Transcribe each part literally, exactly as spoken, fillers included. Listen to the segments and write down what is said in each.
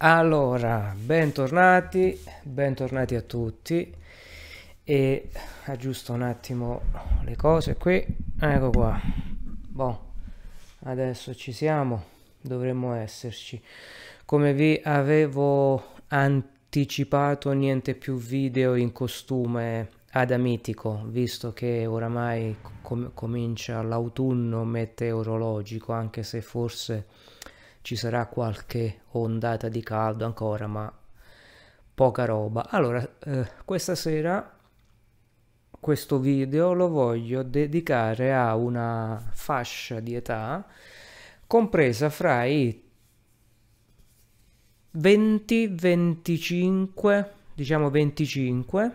Allora, bentornati, bentornati a tutti e aggiusto un attimo le cose qui, ecco qua. Boh, adesso ci siamo, dovremmo esserci. Come vi avevo anticipato, niente più video in costume adamitico, visto che oramai com- comincia l'autunno meteorologico, anche se forse ci sarà qualche ondata di caldo ancora, ma poca roba. Allora, eh, questa sera questo video lo voglio dedicare a una fascia di età compresa fra i venti venticinque, diciamo venticinque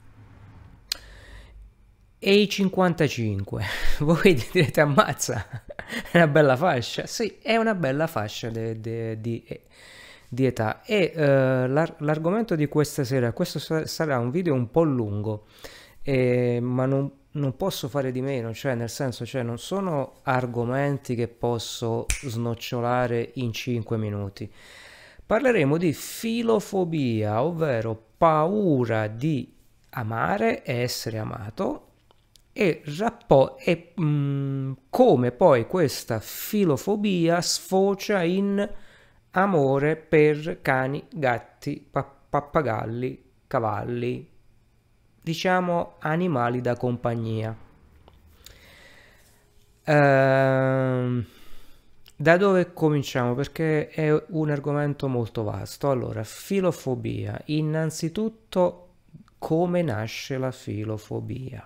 e i cinquantacinque. Voi direte ammazza, è una bella fascia. Sì, è una bella fascia de- de- di, di età. E eh, l'ar- l'argomento di questa sera, questo sa- sarà un video un po' lungo, eh, ma non, non posso fare di meno, cioè nel senso, cioè non sono argomenti che posso snocciolare in cinque minuti. Parleremo di filofobia, ovvero paura di amare e essere amato e, rappo- e mm, come poi questa filofobia sfocia in amore per cani, gatti, pa- pappagalli, cavalli, diciamo animali da compagnia. Ehm, da dove cominciamo? Perché è un argomento molto vasto. Allora, filofobia. Innanzitutto, come nasce la filofobia?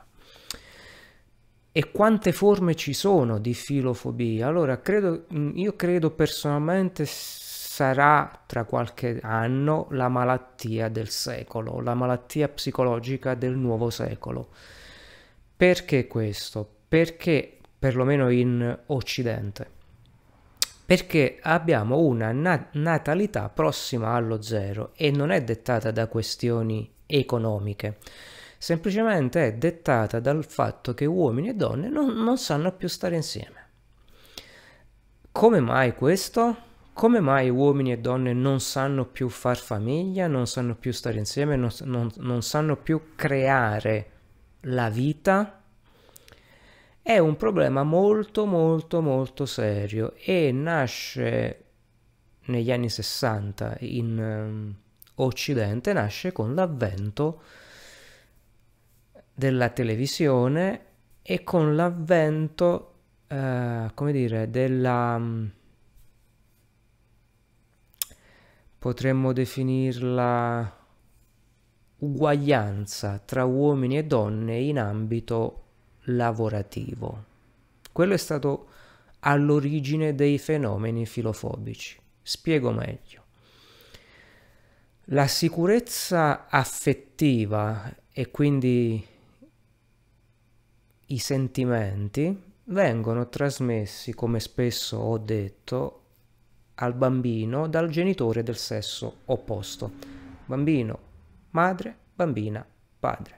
E quante forme ci sono di filofobia? Allora, credo, io credo personalmente sarà tra qualche anno la malattia del secolo, la malattia psicologica del nuovo secolo. Perché questo? Perché, perlomeno in Occidente, perché abbiamo una na- natalità prossima allo zero e non è dettata da questioni economiche, semplicemente è dettata dal fatto che uomini e donne non, non sanno più stare insieme. Come mai questo? Come mai uomini e donne non sanno più far famiglia, non sanno più stare insieme, non, non, non sanno più creare la vita? È un problema molto molto molto serio e nasce negli anni sessanta in um, Occidente, nasce con l'avvento della televisione e con l'avvento, eh, come dire, della, um, potremmo definirla uguaglianza tra uomini e donne in ambito lavorativo. Quello è stato all'origine dei fenomeni filofobici. Spiego meglio. La sicurezza affettiva e quindi i sentimenti vengono trasmessi, come spesso ho detto, al bambino dal genitore del sesso opposto. Bambino, madre, bambina, padre.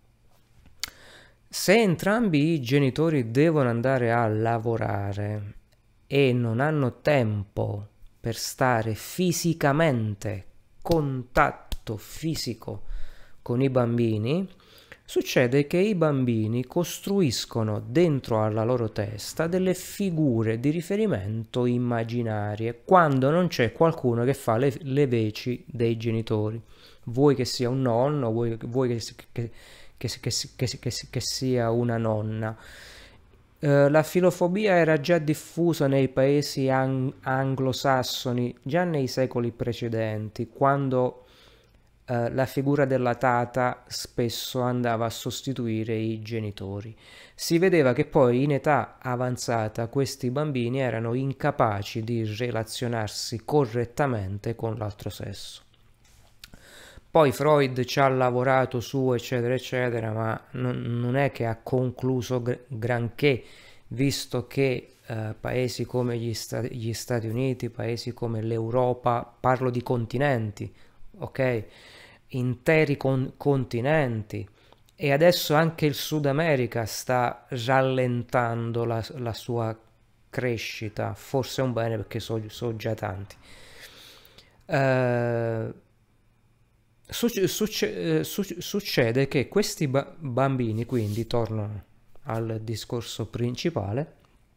Se entrambi i genitori devono andare a lavorare e non hanno tempo per stare fisicamente, contatto fisico con i bambini, succede che i bambini costruiscono dentro alla loro testa delle figure di riferimento immaginarie quando non c'è qualcuno che fa le, le veci dei genitori. Vuoi che sia un nonno, vuoi, vuoi che, che, che, che, che, che sia una nonna. Uh, la filofobia era già diffusa nei paesi ang- anglosassoni già nei secoli precedenti, quando uh, la figura della tata spesso andava a sostituire i genitori. Si vedeva che poi in età avanzata questi bambini erano incapaci di relazionarsi correttamente con l'altro sesso. Poi Freud ci ha lavorato su, eccetera, eccetera, ma non, non è che ha concluso gr- granché, visto che eh, paesi come gli, sta- gli Stati Uniti, paesi come l'Europa, parlo di continenti, ok? Interi con- continenti, e adesso anche il Sud America sta rallentando la, la sua crescita, forse è un bene perché so, so già tanti. Eh, succe- succe- eh, suc- succede che questi ba- bambini, quindi torno al discorso principale,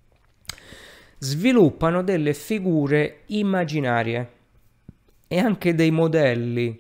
sviluppano delle figure immaginarie e anche dei modelli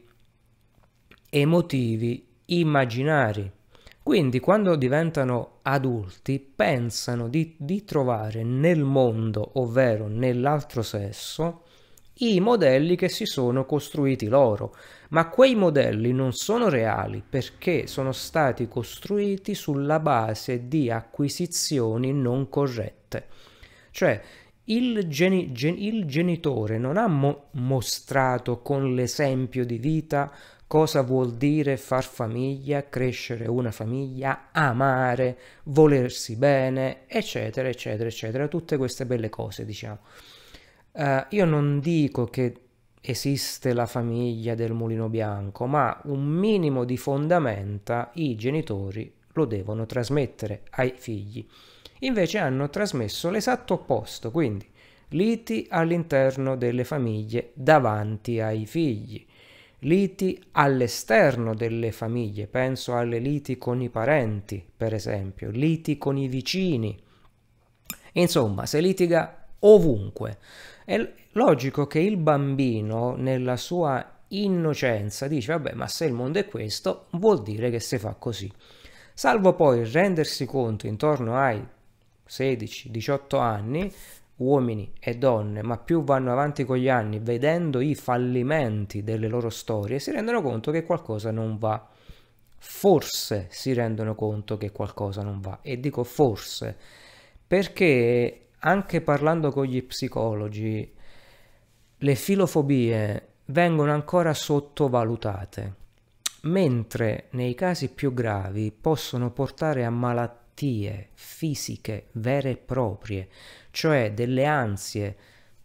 emotivi immaginari. Quindi quando diventano adulti pensano di, di trovare nel mondo, ovvero nell'altro sesso, i modelli che si sono costruiti loro, ma quei modelli non sono reali perché sono stati costruiti sulla base di acquisizioni non corrette. Cioè, il, geni- gen- il genitore non ha mo- mostrato con l'esempio di vita cosa vuol dire far famiglia, crescere una famiglia, amare, volersi bene, eccetera, eccetera, eccetera, tutte queste belle cose, diciamo. Eh, io non dico che esiste la famiglia del mulino bianco, ma un minimo di fondamenta i genitori lo devono trasmettere ai figli. Invece hanno trasmesso l'esatto opposto, quindi liti all'interno delle famiglie davanti ai figli, liti all'esterno delle famiglie, penso alle liti con i parenti, per esempio, liti con i vicini. Insomma, si litiga ovunque. È logico che il bambino, nella sua innocenza, dice: vabbè, ma se il mondo è questo, vuol dire che si fa così. Salvo poi rendersi conto intorno ai sedici diciotto anni, uomini e donne, ma più vanno avanti con gli anni, vedendo i fallimenti delle loro storie, si rendono conto che qualcosa non va. Forse si rendono conto che qualcosa non va. E dico forse, perché anche parlando con gli psicologi, le filofobie vengono ancora sottovalutate, mentre nei casi più gravi possono portare a malattie fisiche vere e proprie, cioè delle ansie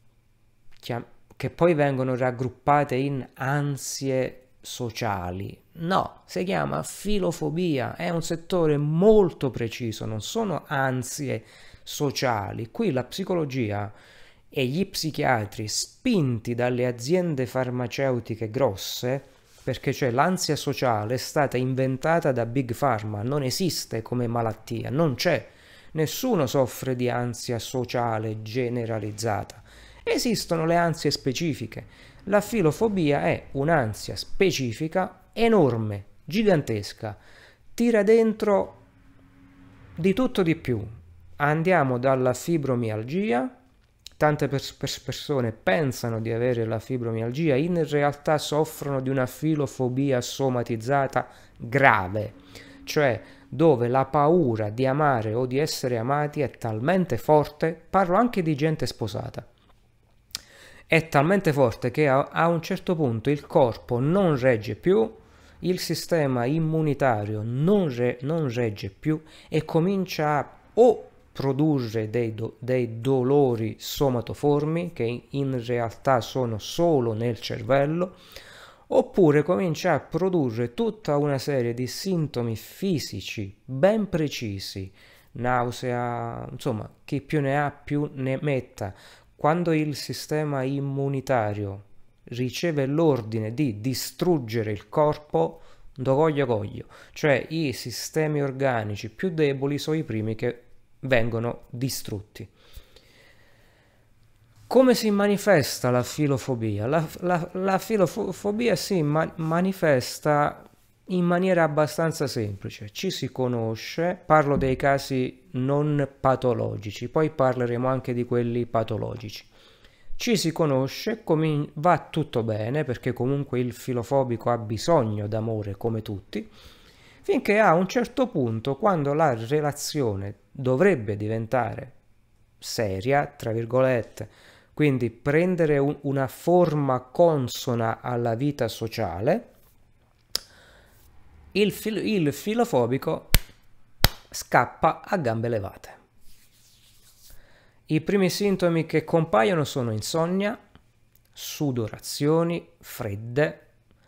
che poi vengono raggruppate in ansie sociali. No, si chiama filofobia, è un settore molto preciso, non sono ansie sociali. Qui la psicologia e gli psichiatri, spinti dalle aziende farmaceutiche grosse, perché cioè l'ansia sociale è stata inventata da Big Pharma, non esiste come malattia, non c'è. Nessuno soffre di ansia sociale generalizzata. Esistono le ansie specifiche. La filofobia è un'ansia specifica enorme, gigantesca. Tira dentro di tutto di più. Andiamo dalla fibromialgia. Tante pers- pers- persone pensano di avere la fibromialgia, in realtà soffrono di una filofobia somatizzata grave, cioè dove la paura di amare o di essere amati è talmente forte, parlo anche di gente sposata, è talmente forte che a, a un certo punto il corpo non regge più, il sistema immunitario non, re, non regge più e comincia a o produrre dei, do, dei dolori somatoformi che in realtà sono solo nel cervello, oppure comincia a produrre tutta una serie di sintomi fisici ben precisi, nausea, insomma, chi più ne ha più ne metta. Quando il sistema immunitario riceve l'ordine di distruggere il corpo, dogoglio coglio, cioè i sistemi organici più deboli sono i primi che vengono distrutti. Come si manifesta la filofobia? La, la, la filofobia si ma- manifesta in maniera abbastanza semplice. Ci si conosce, parlo dei casi non patologici, poi parleremo anche di quelli patologici. Ci si conosce, comin- va tutto bene perché comunque il filofobico ha bisogno d'amore come tutti, finché a un certo punto, quando la relazione dovrebbe diventare seria, tra virgolette, quindi prendere un, una forma consona alla vita sociale, il, fil- il filofobico scappa a gambe levate. I primi sintomi che compaiono sono insonnia, sudorazioni fredde,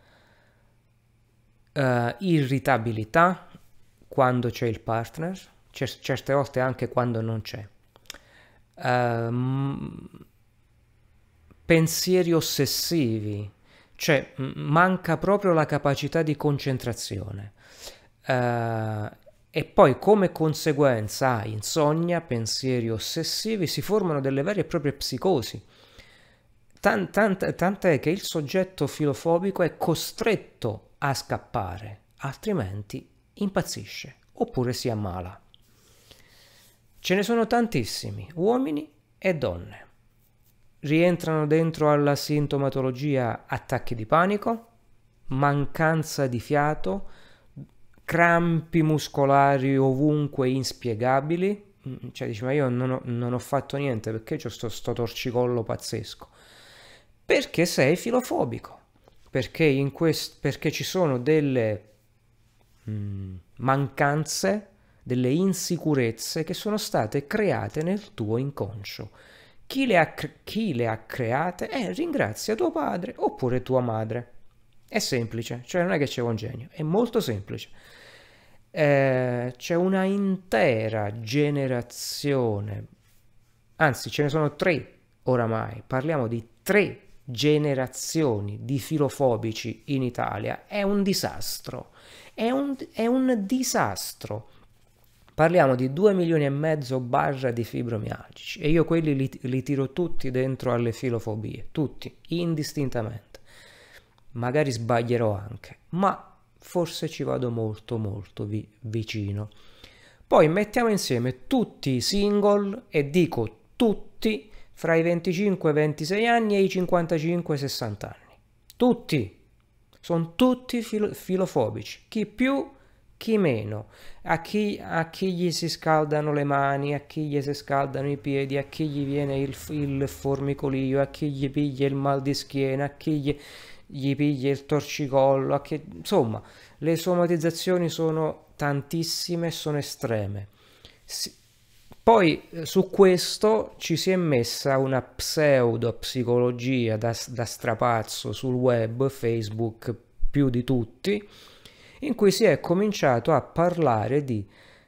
eh, irritabilità quando c'è il partner, c- certe volte anche quando non c'è. Um, pensieri ossessivi, cioè manca proprio la capacità di concentrazione. Uh, e poi come conseguenza ha insonnia, pensieri ossessivi, si formano delle vere e proprie psicosi. Tant, tant, tant'è che il soggetto filofobico è costretto a scappare, altrimenti impazzisce oppure si ammala. Ce ne sono tantissimi, uomini e donne. Rientrano dentro alla sintomatologia attacchi di panico, mancanza di fiato, crampi muscolari ovunque inspiegabili. Cioè dici, ma io non ho, non ho fatto niente, perché c'ho sto, sto torcicollo pazzesco? Perché sei filofobico, perché, in quest- perché ci sono delle mh, mancanze, delle insicurezze che sono state create nel tuo inconscio. Chi le ha, chi le ha create? Eh, ringrazia tuo padre oppure tua madre. È semplice, cioè non è che c'è un genio, è molto semplice. Eh, c'è una intera generazione, anzi ce ne sono tre oramai, parliamo di tre generazioni di filofobici in Italia. È un disastro, è un, è un disastro. Parliamo di due milioni e mezzo barra di fibromialgici e io quelli li, li tiro tutti dentro alle filofobie, tutti, indistintamente. Magari sbaglierò anche, ma forse ci vado molto molto vi, vicino. Poi mettiamo insieme tutti i single, e dico tutti, fra i venticinque e ventisei anni e i cinquantacinque sessanta anni. Tutti, sono tutti filo, filofobici, chi più, chi meno, a chi, a chi gli si scaldano le mani, a chi gli si scaldano i piedi, a chi gli viene il, il formicolio, a chi gli piglia il mal di schiena, a chi gli, gli piglia il torcicollo, a chi, insomma, le somatizzazioni sono tantissime, sono estreme. Si, poi su questo ci si è messa una pseudo psicologia da, da strapazzo sul web, Facebook più di tutti, in cui si è cominciato a parlare di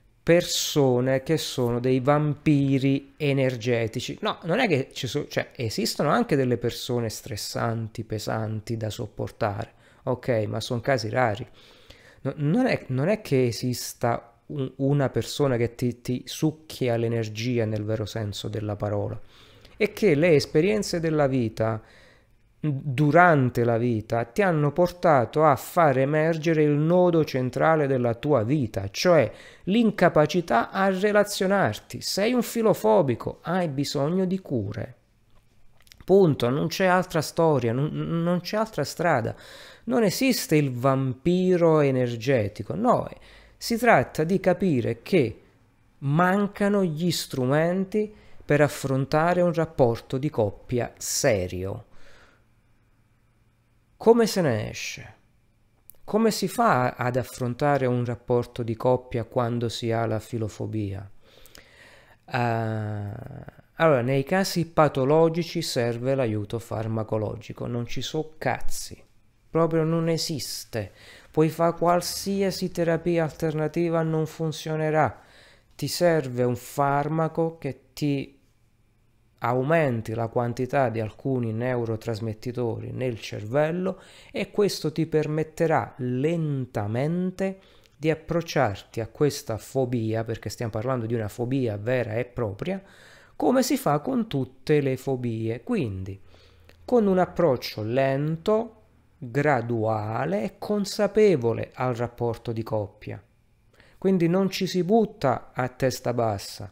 persone che sono dei vampiri energetici. No, non è che ci sono, cioè esistono anche delle persone stressanti, pesanti da sopportare, ok, ma sono casi rari. No, non è, non è che esista un, una persona che ti, ti succhia l'energia nel vero senso della parola, è che le esperienze della vita durante la vita ti hanno portato a far emergere il nodo centrale della tua vita, cioè l'incapacità a relazionarti. Sei un filofobico, hai bisogno di cure. Punto, non c'è altra storia, non, non c'è altra strada. Non esiste il vampiro energetico, no, si tratta di capire che mancano gli strumenti per affrontare un rapporto di coppia serio. Come se ne esce? Come si fa ad affrontare un rapporto di coppia quando si ha la filofobia? Uh, allora, nei casi patologici serve l'aiuto farmacologico, non ci sono cazzi, proprio non esiste. Puoi fare qualsiasi terapia alternativa, non funzionerà. Ti serve un farmaco che ti aumenti la quantità di alcuni neurotrasmettitori nel cervello e questo ti permetterà lentamente di approcciarti a questa fobia, perché stiamo parlando di una fobia vera e propria, come si fa con tutte le fobie, quindi con un approccio lento, graduale e consapevole al rapporto di coppia. Quindi non ci si butta a testa bassa.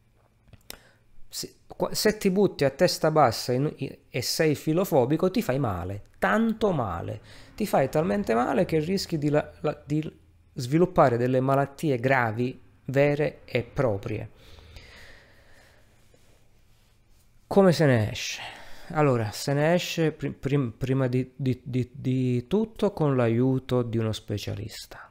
Se ti butti a testa bassa e sei filofobico ti fai male, tanto male, ti fai talmente male che rischi di, la, la, di sviluppare delle malattie gravi, vere e proprie. Come se ne esce? Allora, se ne esce prim, prim, prima di, di, di, di tutto con l'aiuto di uno specialista.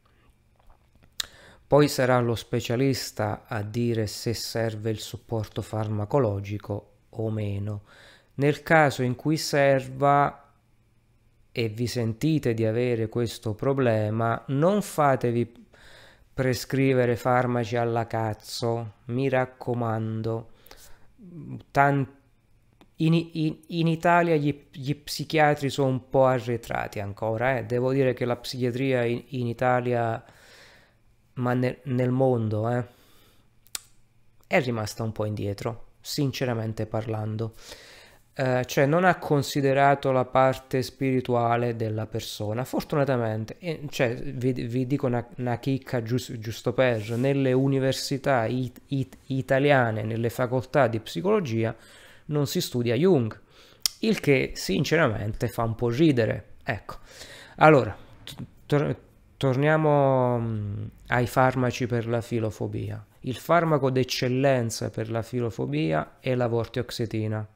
Poi sarà lo specialista a dire se serve il supporto farmacologico o meno. Nel caso in cui serva e vi sentite di avere questo problema, non fatevi prescrivere farmaci alla cazzo, mi raccomando. Tanti In, in- in Italia gli, gli psichiatri sono un po' arretrati ancora, eh. Devo dire che la psichiatria in, in Italia, ma nel, nel mondo, eh, è rimasta un po' indietro, sinceramente parlando. Eh, cioè non ha considerato la parte spirituale della persona, fortunatamente. E, cioè, vi, vi dico una, una chicca gius- giusto per, nelle università it- it- italiane, nelle facoltà di psicologia, non si studia Jung, il che sinceramente fa un po' ridere. Ecco, allora, t- tor- torniamo mm, ai farmaci per la filofobia. Il farmaco d'eccellenza per la filofobia è la vortioxetina.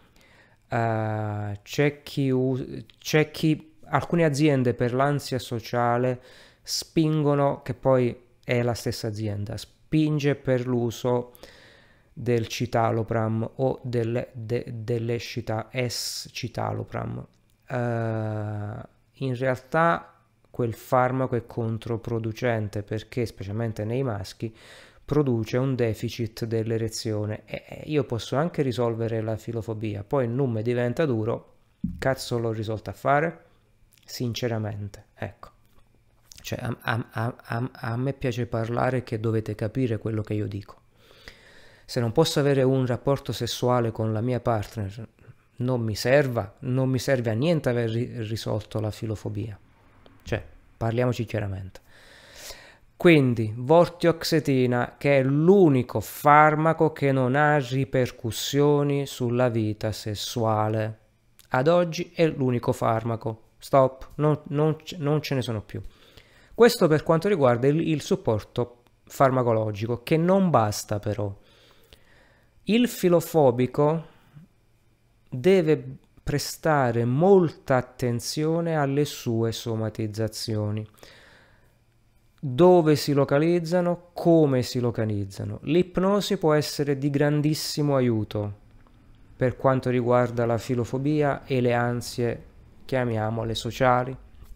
Eh, c'è chi, us- c'è chi, alcune aziende per l'ansia sociale spingono, che poi è la stessa azienda, spinge per l'uso del citalopram o del, de, dell'escita escitalopram. Eh, in realtà quel farmaco è controproducente perché, specialmente nei maschi, produce un deficit dell'erezione e io posso anche risolvere la filofobia, poi il nume diventa duro, cazzo l'ho risolto a fare? Sinceramente, ecco. Cioè, a, a, a, a, a me piace parlare che dovete capire quello che io dico. Se non posso avere un rapporto sessuale con la mia partner, non mi serva, non mi serve a niente aver ri- risolto la filofobia. Cioè, parliamoci chiaramente. Quindi, vortioxetina, che è l'unico farmaco che non ha ripercussioni sulla vita sessuale. Ad oggi è l'unico farmaco. Stop, non, non, non ce ne sono più. Questo per quanto riguarda il, il supporto farmacologico, che non basta però. Il filofobico deve prestare molta attenzione alle sue somatizzazioni. Dove si localizzano, come si localizzano. L'ipnosi può essere di grandissimo aiuto per quanto riguarda la filofobia e le ansie, chiamiamole sociali,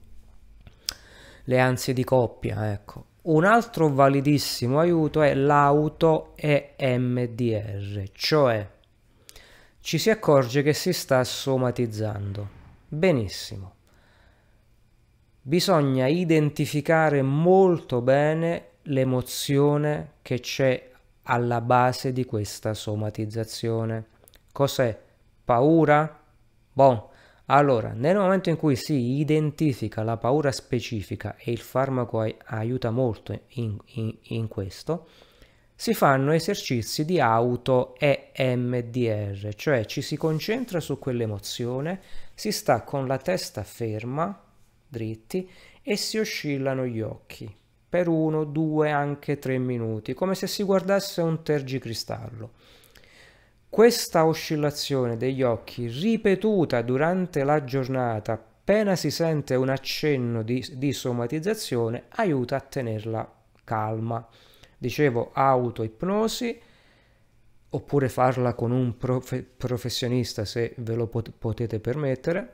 le ansie di coppia, ecco. Un altro validissimo aiuto è l'auto E M D R, cioè ci si accorge che si sta somatizzando. Benissimo. Bisogna identificare molto bene l'emozione che c'è alla base di questa somatizzazione. Cos'è? Paura? Bon, allora, nel momento in cui si identifica la paura specifica e il farmaco aiuta molto in, in, in questo, si fanno esercizi di auto E M D R, cioè ci si concentra su quell'emozione, si sta con la testa ferma, dritti, e si oscillano gli occhi per uno, due, anche tre minuti, come se si guardasse un tergicristallo. Questa oscillazione degli occhi ripetuta durante la giornata, appena si sente un accenno di, di somatizzazione, aiuta a tenerla calma. Dicevo, autoipnosi, oppure farla con un profe- professionista se ve lo pot- potete permettere,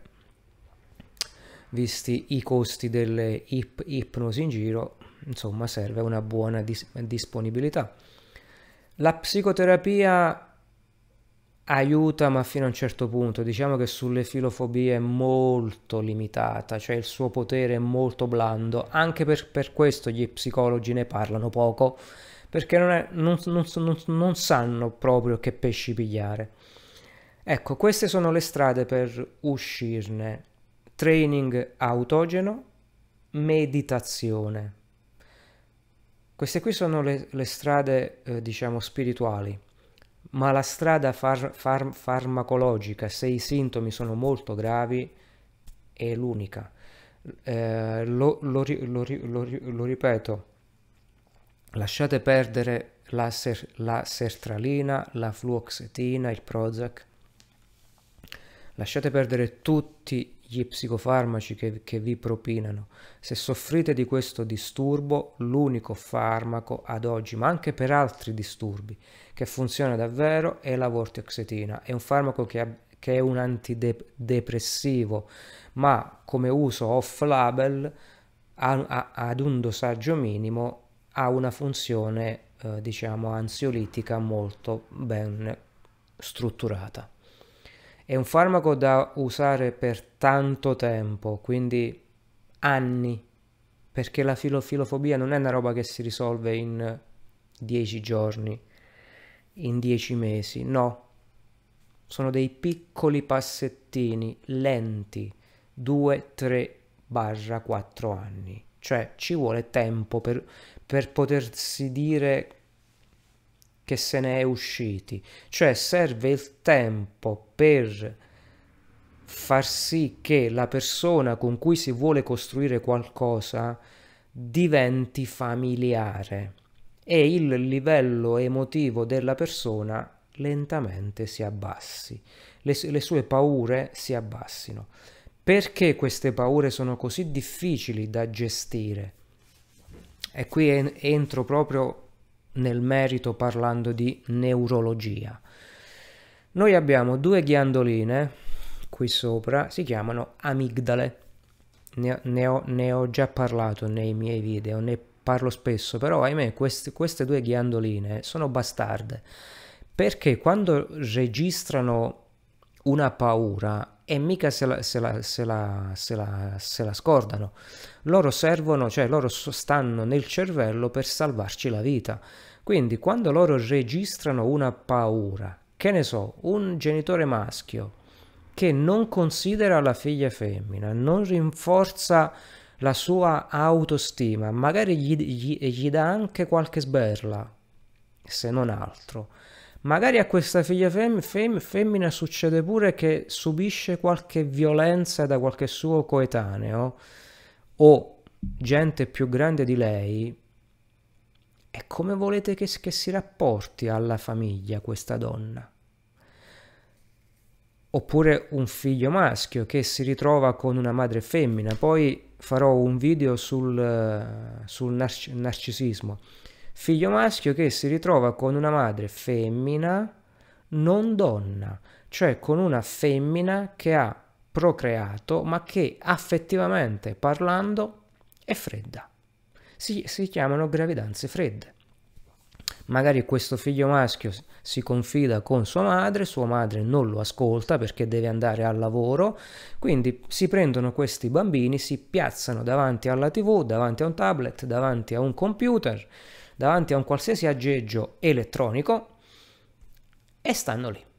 visti i costi delle ip- ipnosi in giro, insomma serve una buona dis- disponibilità. La psicoterapia aiuta, ma fino a un certo punto. Diciamo che sulle filofobie è molto limitata, cioè il suo potere è molto blando. Anche per, per questo gli psicologi ne parlano poco, perché non, è, non, non, non, non sanno proprio che pesci pigliare. Ecco, queste sono le strade per uscirne. Training autogeno, meditazione. Queste qui sono le, le strade, eh, diciamo, spirituali. Ma la strada far, far, farmacologica, se i sintomi sono molto gravi, è l'unica. Eh, lo, lo, lo, lo, lo ripeto, lasciate perdere la, ser, la sertralina, la fluoxetina, il Prozac. Lasciate perdere tutti gli psicofarmaci che, che vi propinano. Se soffrite di questo disturbo, l'unico farmaco ad oggi, ma anche per altri disturbi, che funziona davvero è la vortioxetina. È un farmaco che, ha, che è un antidepressivo, ma come uso off-label, a, a, ad un dosaggio minimo, ha una funzione, eh, diciamo, ansiolitica molto ben strutturata. È un farmaco da usare per tanto tempo, quindi anni, perché la filo- filofobia non è una roba che si risolve in dieci giorni, in dieci mesi, no. Sono dei piccoli passettini lenti, due, tre, quattro anni. Cioè ci vuole tempo per, per potersi dire che se ne è usciti. Cioè serve il tempo per far sì che la persona con cui si vuole costruire qualcosa diventi familiare e il livello emotivo della persona lentamente si abbassi, le, le sue paure si abbassino. Perché queste paure sono così difficili da gestire? E qui en- entro proprio nel merito parlando di neurologia. Noi abbiamo due ghiandoline qui sopra, si chiamano amigdale. Ne, ne, ho, ne ho già parlato nei miei video, ne parlo spesso, però ahimè queste, queste due ghiandoline sono bastarde, perché quando registrano una paura e mica se la, se la, se la, se la, se la scordano, loro servono, cioè loro stanno nel cervello per salvarci la vita. Quindi quando loro registrano una paura, che ne so, un genitore maschio che non considera la figlia femmina, non rinforza la sua autostima, magari gli, gli, gli dà anche qualche sberla, se non altro. Magari a questa figlia fem, fem, femmina succede pure che subisce qualche violenza da qualche suo coetaneo o gente più grande di lei. E come volete che, che si rapporti alla famiglia questa donna? Oppure un figlio maschio che si ritrova con una madre femmina. Poi farò un video sul, sul narc- narcisismo. Figlio maschio che si ritrova con una madre femmina, non donna, cioè con una femmina che ha procreato, ma che affettivamente parlando è fredda. Si, si chiamano gravidanze fredde. Magari questo figlio maschio si confida con sua madre, sua madre non lo ascolta perché deve andare al lavoro, quindi si prendono questi bambini, si piazzano davanti alla tivù, davanti a un tablet, davanti a un computer, davanti a un qualsiasi aggeggio elettronico e stanno lì.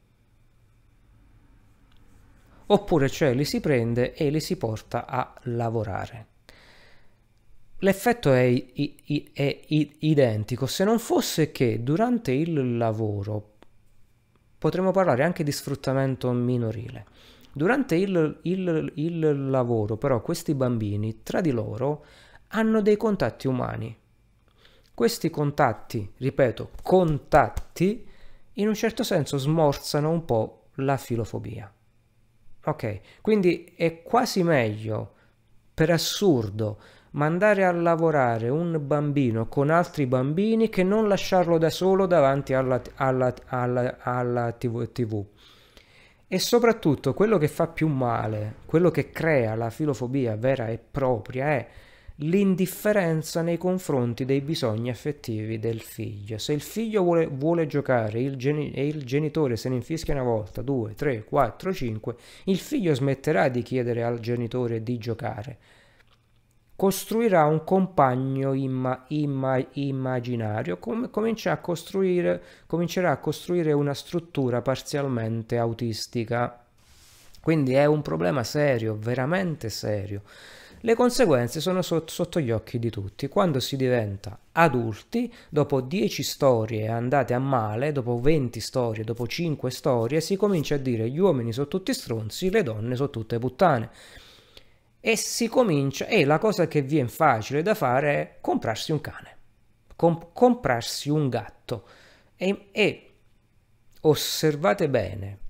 Oppure cioè li si prende e li si porta a lavorare. L'effetto è, i- i- è i- identico, se non fosse che durante il lavoro potremmo parlare anche di sfruttamento minorile. Durante il, il- il lavoro, però, questi bambini tra di loro hanno dei contatti umani. Questi contatti, ripeto, contatti, in un certo senso smorzano un po' la filofobia. Ok, quindi è quasi meglio, per assurdo, mandare a lavorare un bambino con altri bambini che non lasciarlo da solo davanti alla, alla, alla, alla tivù, tivù. E soprattutto quello che fa più male, quello che crea la filofobia vera e propria è l'indifferenza nei confronti dei bisogni affettivi del figlio. Se il figlio vuole, vuole giocare il geni- e il genitore se ne infischia una volta, due, tre, quattro, cinque, il figlio smetterà di chiedere al genitore di giocare. Costruirà un compagno imma- imma- immaginario, com- comincia a costruire, comincerà a costruire una struttura parzialmente autistica. Quindi è un problema serio, veramente serio. Le conseguenze sono sotto, sotto gli occhi di tutti. Quando si diventa adulti, dopo dieci storie andate a male, dopo venti storie, dopo cinque storie, si comincia a dire gli uomini sono tutti stronzi, le donne sono tutte puttane. E si comincia, e la cosa che viene facile da fare è comprarsi un cane, com- comprarsi un gatto. E, e osservate bene,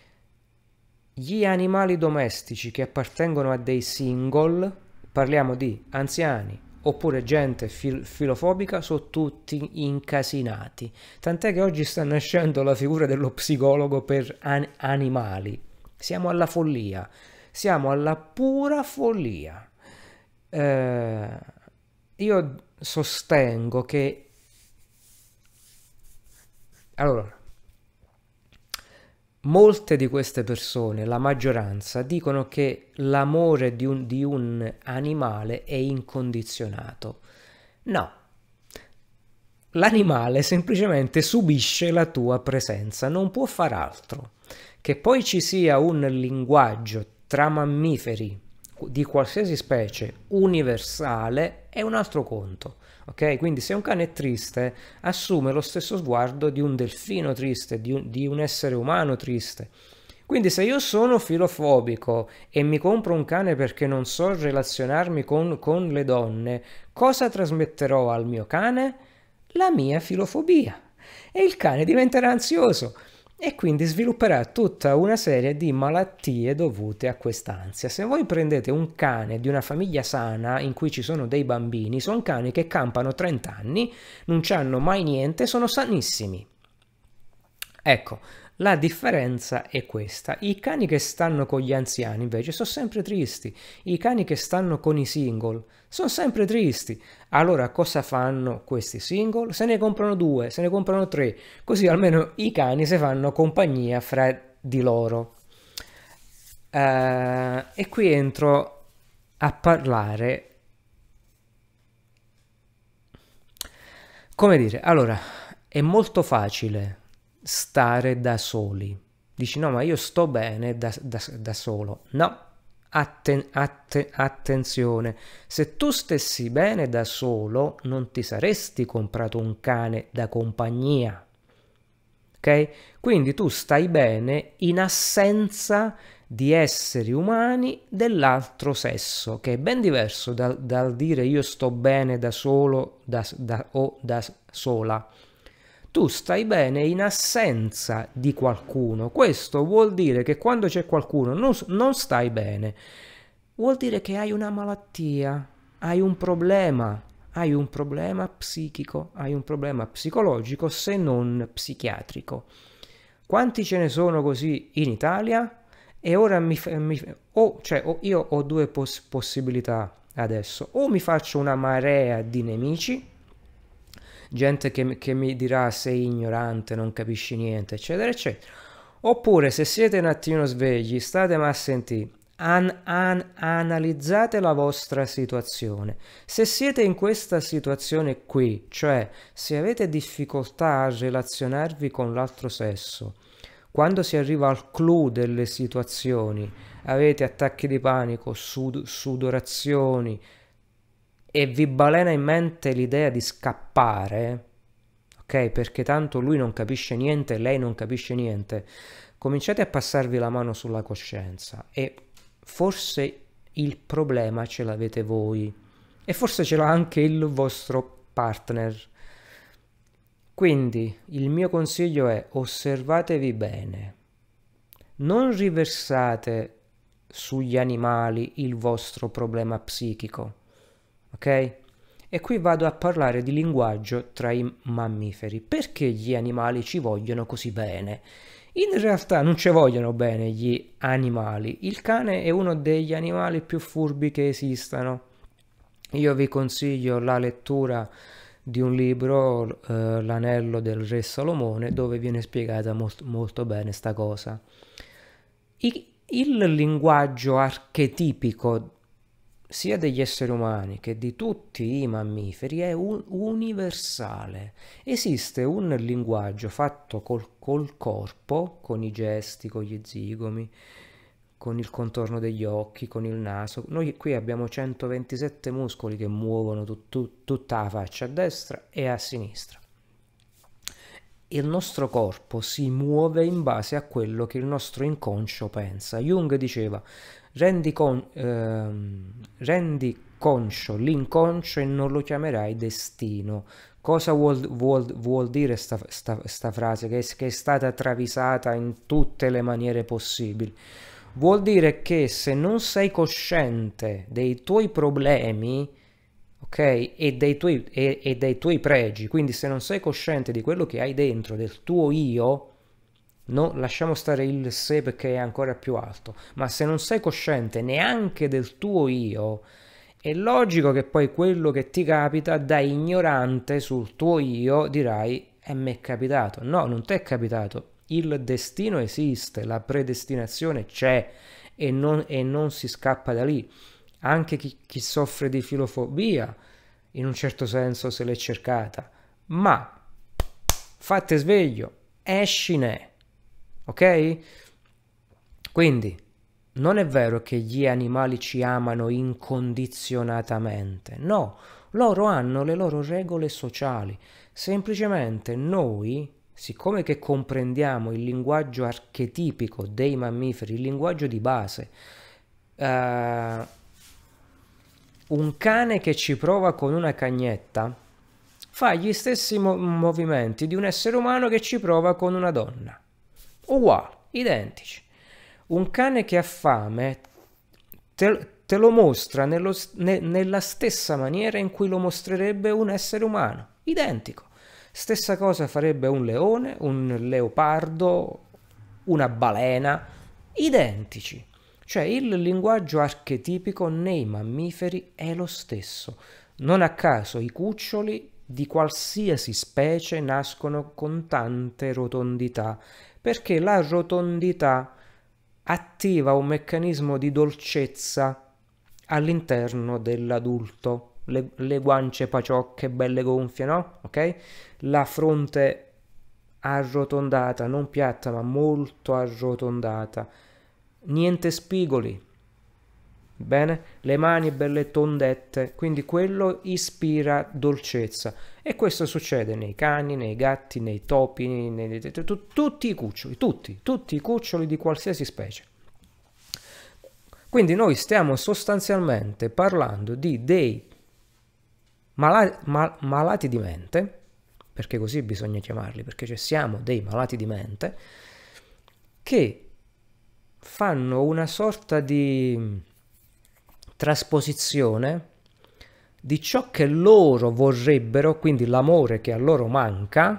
gli animali domestici che appartengono a dei single, parliamo di anziani oppure gente fil- filofobica, sono tutti incasinati. Tant'è che oggi sta nascendo la figura dello psicologo per an- animali. Siamo alla follia, siamo alla pura follia. Eh, io sostengo che... Allora, molte di queste persone, la maggioranza, dicono che l'amore di un, di un animale è incondizionato. No, l'animale semplicemente subisce la tua presenza, non può far altro. Che poi ci sia un linguaggio tra mammiferi di qualsiasi specie universale è un altro conto. Ok? Quindi se un cane è triste, assume lo stesso sguardo di un delfino triste, di un, di un essere umano triste. Quindi se io sono filofobico e mi compro un cane perché non so relazionarmi con, con le donne, cosa trasmetterò al mio cane? La mia filofobia. E il cane diventerà ansioso e quindi svilupperà tutta una serie di malattie dovute a quest'ansia. Se voi prendete un cane di una famiglia sana in cui ci sono dei bambini, sono cani che campano trenta anni, non c'hanno mai niente, sono sanissimi. Ecco, la differenza è questa. I cani che stanno con gli anziani invece sono sempre tristi. I cani che stanno con i single sono sempre tristi. Allora cosa fanno questi single? Se ne comprano due, se ne comprano tre, così almeno i cani si fanno compagnia fra di loro. Uh, e qui entro a parlare, come dire, allora, è molto facile stare da soli. Dici no, ma io sto bene da, da, da solo. No, atten, atten, attenzione, se tu stessi bene da solo non ti saresti comprato un cane da compagnia. Ok? Quindi tu stai bene in assenza di esseri umani dell'altro sesso, che è ben diverso dal, dal dire io sto bene da solo da, da, o da sola. Tu stai bene in assenza di qualcuno. Questo vuol dire che quando c'è qualcuno non, non stai bene. Vuol dire che hai una malattia, hai un problema, hai un problema psichico, hai un problema psicologico, se non psichiatrico. Quanti ce ne sono così in Italia? E ora mi, mi o, cioè, o io ho due poss- possibilità adesso. O mi faccio una marea di nemici, gente che, che mi dirà sei ignorante, non capisci niente, eccetera, eccetera. Oppure se siete un attimino svegli, state ma a sentire, an, an, analizzate la vostra situazione. Se siete in questa situazione qui, cioè se avete difficoltà a relazionarvi con l'altro sesso, quando si arriva al clou delle situazioni, avete attacchi di panico, sud- sudorazioni, e vi balena in mente l'idea di scappare, ok? Perché tanto lui non capisce niente, lei non capisce niente, cominciate a passarvi la mano sulla coscienza e forse il problema ce l'avete voi e forse ce l'ha anche il vostro partner. Quindi il mio consiglio è osservatevi bene, non riversate sugli animali il vostro problema psichico. Ok? E qui vado a parlare di linguaggio tra i mammiferi. Perché gli animali ci vogliono così bene? In realtà non ci vogliono bene gli animali. Il cane è uno degli animali più furbi che esistano. Io vi consiglio la lettura di un libro, eh, L'anello del re Salomone, dove viene spiegata molt- molto bene sta cosa. I- il linguaggio archetipico sia degli esseri umani che di tutti i mammiferi è un universale. Esiste un linguaggio fatto col, col corpo, con i gesti, con gli zigomi, con il contorno degli occhi, con il naso. Noi qui abbiamo centoventisette muscoli che muovono tut, tut, tutta la faccia a destra e a sinistra. Il nostro corpo si muove in base a quello che il nostro inconscio pensa. Jung diceva rendi, con, ehm, rendi conscio l'inconscio e non lo chiamerai destino. Cosa vuol, vuol, vuol dire sta, sta, sta frase che è, che è stata travisata in tutte le maniere possibili? Vuol dire che se non sei cosciente dei tuoi problemi, ok, e dei, tuoi, e, e dei tuoi pregi, quindi se non sei cosciente di quello che hai dentro, del tuo io, no, lasciamo stare il sé perché è ancora più alto, ma se non sei cosciente neanche del tuo io, è logico che poi quello che ti capita da ignorante sul tuo io dirai e mi è capitato. No, non ti è capitato, Il destino esiste, la predestinazione c'è e non, e non si scappa da lì. Anche chi, chi soffre di filofobia, in un certo senso se l'è cercata, ma fate sveglio, escine, ok? Quindi non è vero che gli animali ci amano incondizionatamente, no, loro hanno le loro regole sociali, semplicemente noi, siccome che comprendiamo il linguaggio archetipico dei mammiferi, il linguaggio di base, uh, un cane che ci prova con una cagnetta fa gli stessi mo- movimenti di un essere umano che ci prova con una donna, uguali, identici. Un cane che ha fame te, te lo mostra nello, ne, nella stessa maniera in cui lo mostrerebbe un essere umano, identico. Stessa cosa farebbe un leone, un leopardo, una balena, identici. Cioè il linguaggio archetipico nei mammiferi è lo stesso. Non a caso i cuccioli di qualsiasi specie nascono con tante rotondità, perché la rotondità attiva un meccanismo di dolcezza all'interno dell'adulto. Le, le guance paciocche, belle gonfie, no? Ok? La fronte arrotondata, non piatta, ma molto arrotondata. Niente spigoli. Bene? Le mani belle tondette, quindi quello ispira dolcezza. E questo succede nei cani, nei gatti, nei topi, nei, tutti i cuccioli, tutti, tutti i cuccioli di qualsiasi specie. Quindi noi stiamo sostanzialmente parlando di dei malati, mal, malati di mente, perché così bisogna chiamarli, perché cioè siamo dei malati di mente, che fanno una sorta di trasposizione di ciò che loro vorrebbero, quindi l'amore che a loro manca,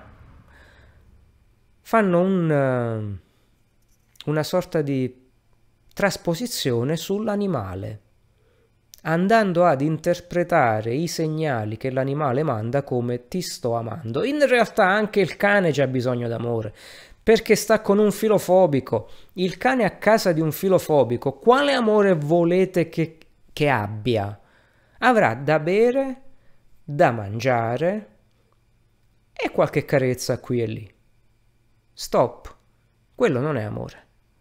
fanno un, una sorta di trasposizione sull'animale, andando ad interpretare i segnali che l'animale manda come ti sto amando. In realtà anche il cane c'ha bisogno d'amore, perché sta con un filofobico. Il cane a casa di un filofobico, quale amore volete che, che abbia? Avrà da bere, da mangiare e qualche carezza qui e lì. Stop. Quello non è amore.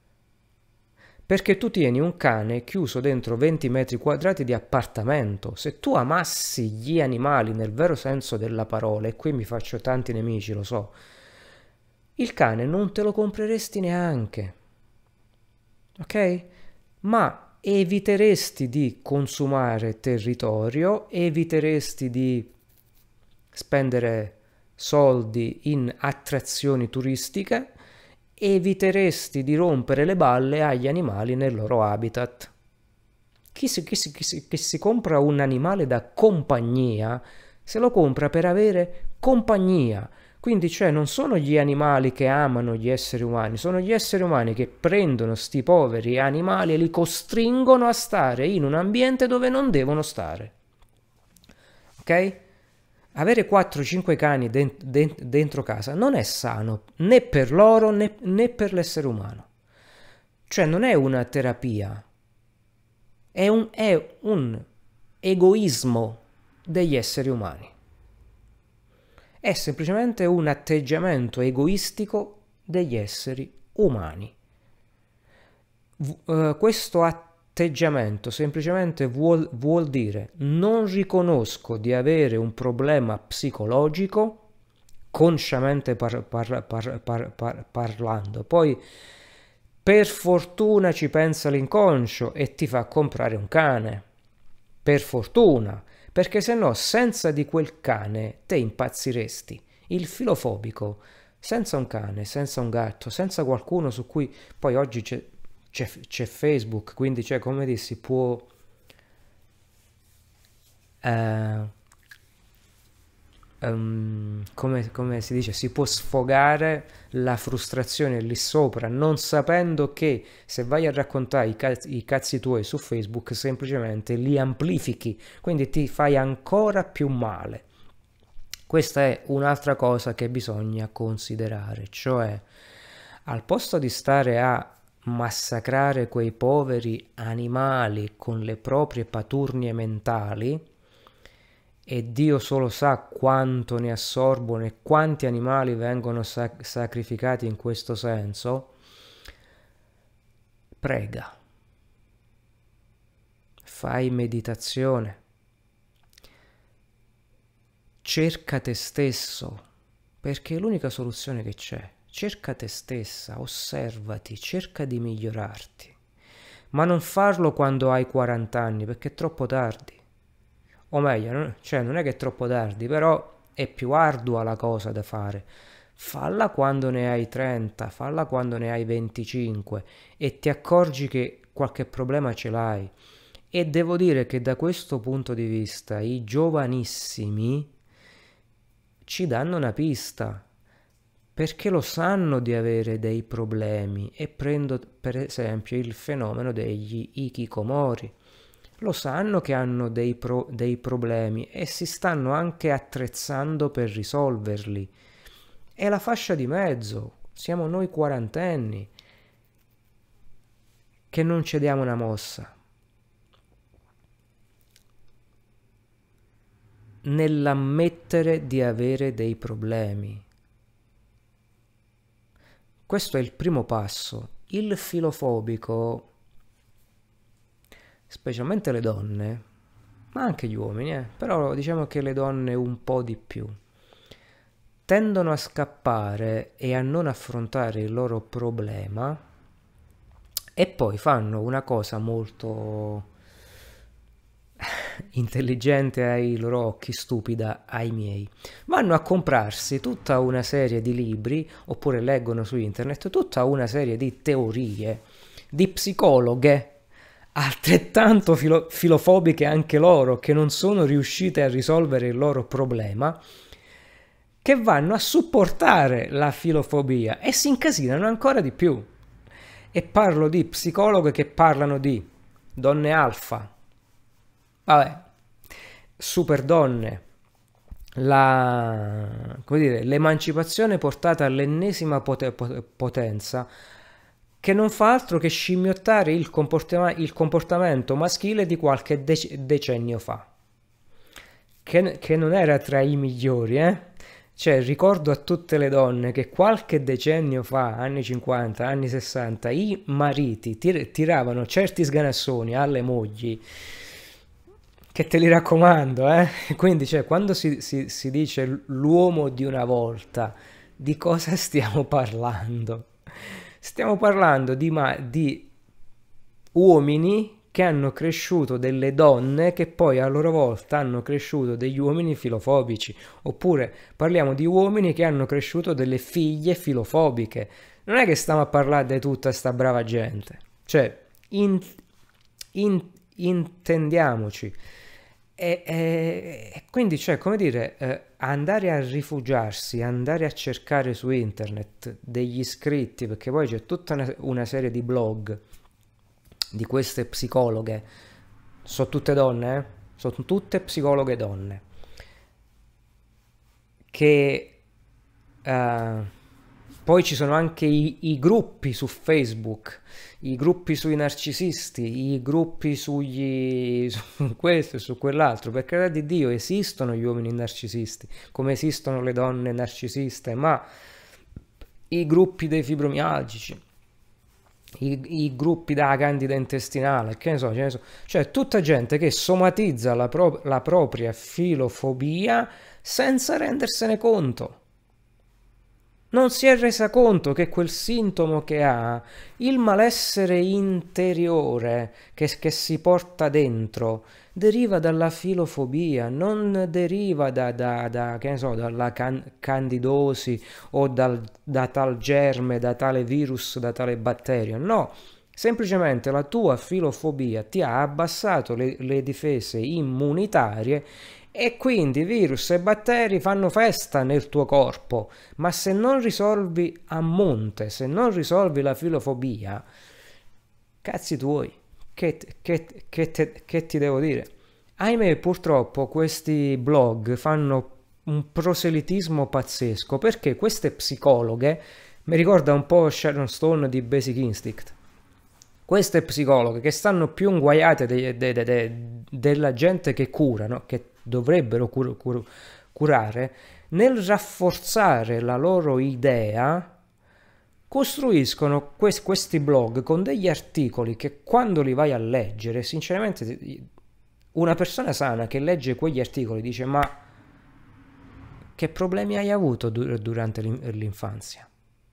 Perché tu tieni un cane chiuso dentro venti metri quadrati di appartamento. Se tu amassi gli animali nel vero senso della parola, e qui mi faccio tanti nemici, lo so, il cane non te lo compreresti neanche. Ok? Ma eviteresti di consumare territorio, eviteresti di spendere soldi in attrazioni turistiche, eviteresti di rompere le balle agli animali nel loro habitat. Chi si, chi si, chi si, chi si compra un animale da compagnia, se lo compra per avere compagnia. Quindi cioè non sono gli animali che amano gli esseri umani, sono gli esseri umani che prendono sti poveri animali e li costringono a stare in un ambiente dove non devono stare. Ok? Avere quattro cinque cani dent- dent- dentro casa non è sano né per loro né, né per l'essere umano. Cioè non è una terapia, è un, è un egoismo degli esseri umani. È semplicemente un atteggiamento egoistico degli esseri umani. V- uh, questo atteggiamento semplicemente vuol, vuol dire non riconosco di avere un problema psicologico, consciamente par, par, par, par, par, parlando. Poi per fortuna ci pensa l'inconscio e ti fa comprare un cane. Per fortuna. Perché se no, senza di quel cane, te impazziresti. Il filofobico, senza un cane, senza un gatto, senza qualcuno su cui poi oggi c'è, c'è, c'è Facebook, quindi cioè, come dire, si può eh, um, come, come si dice, si può sfogare la frustrazione lì sopra, non sapendo che se vai a raccontare i cazzi, i cazzi tuoi su Facebook semplicemente li amplifichi, quindi ti fai ancora più male. Questa è un'altra cosa che bisogna considerare, cioè Al posto di stare a massacrare quei poveri animali con le proprie paturnie mentali, e Dio solo sa quanto ne assorbono e quanti animali vengono sac- sacrificati in questo senso, prega, fai meditazione, cerca te stesso, perché è l'unica soluzione che c'è. Cerca te stessa, osservati, cerca di migliorarti, ma non farlo quando hai quaranta anni, perché è troppo tardi. O meglio, non, cioè non è che è troppo tardi, però è più ardua la cosa da fare. Falla quando ne hai trenta, falla quando ne hai venticinque e ti accorgi che qualche problema ce l'hai. E devo dire che da questo punto di vista i giovanissimi ci danno una pista, perché lo sanno di avere dei problemi. E prendo per esempio il fenomeno degli hikikomori. Lo sanno che hanno dei, pro- dei problemi e si stanno anche attrezzando per risolverli. È la fascia di mezzo, siamo noi quarantenni che non cediamo una mossa. Nell'ammettere di avere dei problemi. Questo è il primo passo. Il filofobico, specialmente le donne, ma anche gli uomini, eh, però diciamo che le donne un po' di più, tendono a scappare e a non affrontare il loro problema e poi fanno una cosa molto intelligente ai loro occhi, stupida ai miei. Vanno a comprarsi tutta una serie di libri, oppure leggono su internet tutta una serie di teorie di psicologhe altrettanto filo- filofobiche anche loro, che non sono riuscite a risolvere il loro problema, che vanno a supportare la filofobia e si incasinano ancora di più. E parlo di psicologhe che parlano di donne alfa, vabbè, super donne, la, come dire, l'emancipazione portata all'ennesima pot- potenza, che non fa altro che scimmiottare il, comportama- il comportamento maschile di qualche dec- decennio fa, che, che non era tra i migliori, eh? Cioè, ricordo a tutte le donne che qualche decennio fa, anni cinquanta, anni sessanta, i mariti tir- tiravano certi sganassoni alle mogli, che te li raccomando, eh? Quindi, cioè, quando si, si, si dice l'uomo di una volta, di cosa stiamo parlando? Stiamo parlando di, ma- di uomini che hanno cresciuto delle donne che poi a loro volta hanno cresciuto degli uomini filofobici, oppure parliamo di uomini che hanno cresciuto delle figlie filofobiche. Non è che stiamo a parlare di tutta sta brava gente, cioè in, in, intendiamoci. E, e, e quindi, cioè, come dire, eh, andare a rifugiarsi, andare a cercare su internet degli scritti, perché poi c'è tutta una, una serie di blog di queste psicologhe, sono tutte donne, eh? Sono tutte psicologhe donne, che uh, poi ci sono anche i, i gruppi su Facebook, i gruppi sui narcisisti, i gruppi sugli, su questo e su quell'altro. Per carità di Dio, esistono gli uomini narcisisti, come esistono le donne narcisiste, ma i gruppi dei fibromialgici, I, i gruppi da candida intestinale, che ne so, ce ne so, cioè tutta gente che somatizza la, pro- la propria filofobia senza rendersene conto. Non si è resa conto che quel sintomo che ha, il malessere interiore che, che si porta dentro, deriva dalla filofobia, non deriva da, da, da che ne so, dalla can- candidosi o dal, da tal germe, da tale virus, da tale batterio. No, semplicemente la tua filofobia ti ha abbassato le, le difese immunitarie e quindi virus e batteri fanno festa nel tuo corpo. Ma se non risolvi a monte, se non risolvi la filofobia, cazzi tuoi, che, che, che, te, che ti devo dire? Ahimè, purtroppo questi blog fanno un proselitismo pazzesco, perché queste psicologhe Mi ricorda un po' Sharon Stone di Basic Instinct. Queste psicologhe che stanno più inguaiate de, de, de, de, della gente che curano, che dovrebbero cur, cur, curare, nel rafforzare la loro idea, costruiscono quest, questi blog con degli articoli che quando li vai a leggere, sinceramente, una persona sana che legge quegli articoli dice: ma che problemi hai avuto durante l'infanzia?